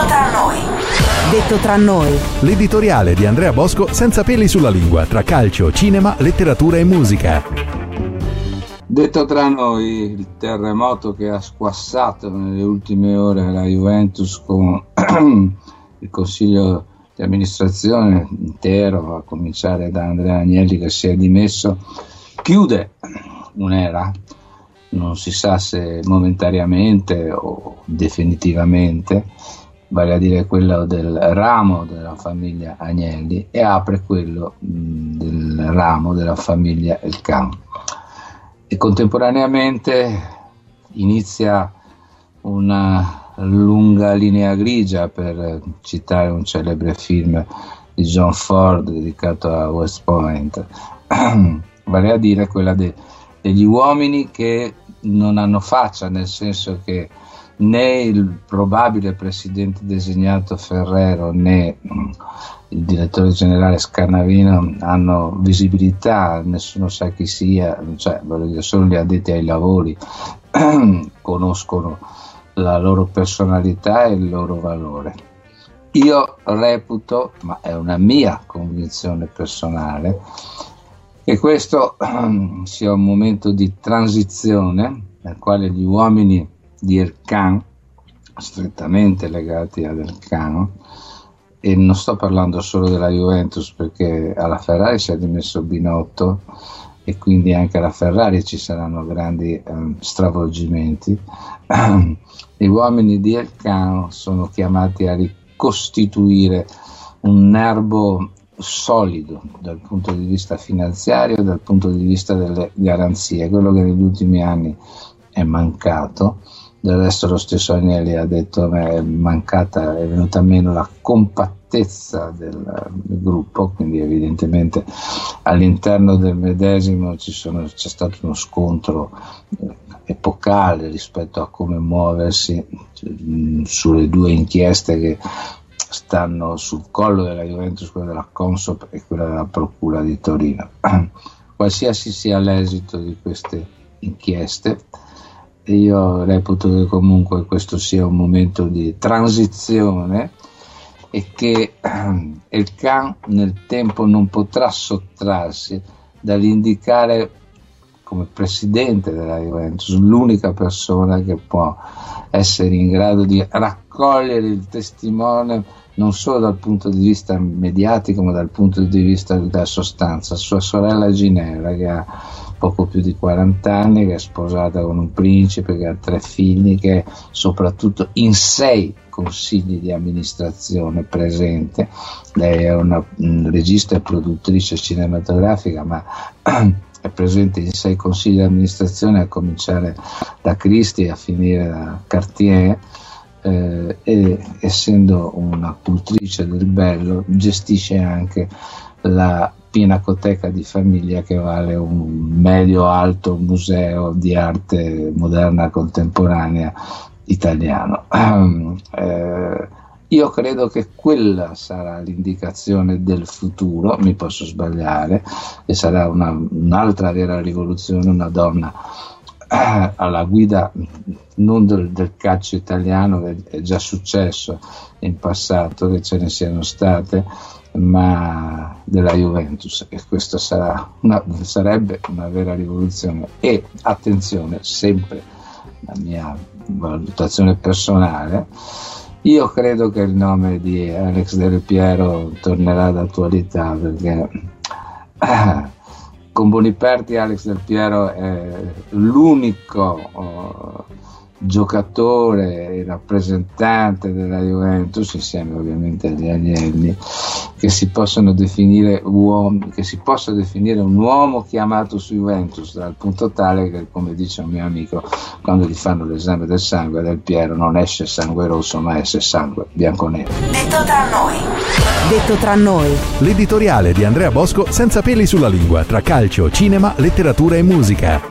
tra noi. Detto tra noi. L'editoriale di Andrea Bosco senza peli sulla lingua, tra calcio, cinema, letteratura e musica. Detto tra noi, il terremoto che ha squassato nelle ultime ore la Juventus con il consiglio di amministrazione intero, a cominciare da Andrea Agnelli che si è dimesso, chiude un'era, non si sa se momentaneamente o definitivamente, vale a dire quello del ramo della famiglia Agnelli, e apre quello del ramo della famiglia Elkann. E contemporaneamente inizia una lunga linea grigia, per citare un celebre film di John Ford dedicato a West Point, vale a dire quella degli uomini che non hanno faccia, nel senso che né il probabile presidente designato Ferrero né il direttore generale Scarnavino hanno visibilità, nessuno sa chi sia, cioè voglio dire, solo gli addetti ai lavori conoscono la loro personalità e il loro valore. Io reputo, ma è una mia convinzione personale, che questo sia un momento di transizione nel quale gli uomini di Elkann, strettamente legati ad Elkann, e non sto parlando solo della Juventus, perché alla Ferrari si è dimesso Binotto e quindi anche alla Ferrari ci saranno grandi stravolgimenti. Gli uomini di Elkann sono chiamati a ricostituire un nervo solido dal punto di vista finanziario e dal punto di vista delle garanzie, quello che negli ultimi anni è mancato. Del resto lo stesso Agnelli ha detto che è venuta meno la compattezza del gruppo, quindi evidentemente all'interno del medesimo c'è stato uno scontro epocale rispetto a come muoversi sulle due inchieste che stanno sul collo della Juventus, quella della Consob e quella della Procura di Torino. Qualsiasi sia l'esito di queste inchieste, io reputo che comunque questo sia un momento di transizione e che Elkann nel tempo non potrà sottrarsi dall'indicare come presidente della Juventus l'unica persona che può essere in grado di raccogliere il testimone non solo dal punto di vista mediatico ma dal punto di vista della sostanza. Sua sorella Ginevra, che ha poco più di 40 anni, che è sposata con un principe, che ha 3 figli, che è soprattutto in 6 consigli di amministrazione presente. Lei è una regista e produttrice cinematografica, ma è presente in 6 consigli di amministrazione, a cominciare da Christie a finire da Cartier, e essendo una cultrice del bello gestisce anche la pinacoteca di famiglia, che vale un medio-alto museo di arte moderna contemporanea italiano. Io credo che quella sarà l'indicazione del futuro, mi posso sbagliare, e sarà un'altra vera rivoluzione, una donna alla guida non del calcio italiano, che è già successo in passato che ce ne siano state, ma della Juventus, e questa sarebbe una vera rivoluzione. E attenzione, sempre la mia valutazione personale, io credo che il nome di Alex Del Piero tornerà d'attualità, perché con Boniperti Alex Del Piero è l'unico giocatore e rappresentante della Juventus, insieme ovviamente agli Agnelli, che si possono definire che si possa definire un uomo chiamato su Juventus, dal punto tale che, come dice un mio amico, quando gli fanno l'esame del sangue Del Piero non esce sangue rosso ma esce sangue bianco-nero. Detto tra noi. Detto tra noi. L'editoriale di Andrea Bosco senza peli sulla lingua, tra calcio, cinema, letteratura e musica.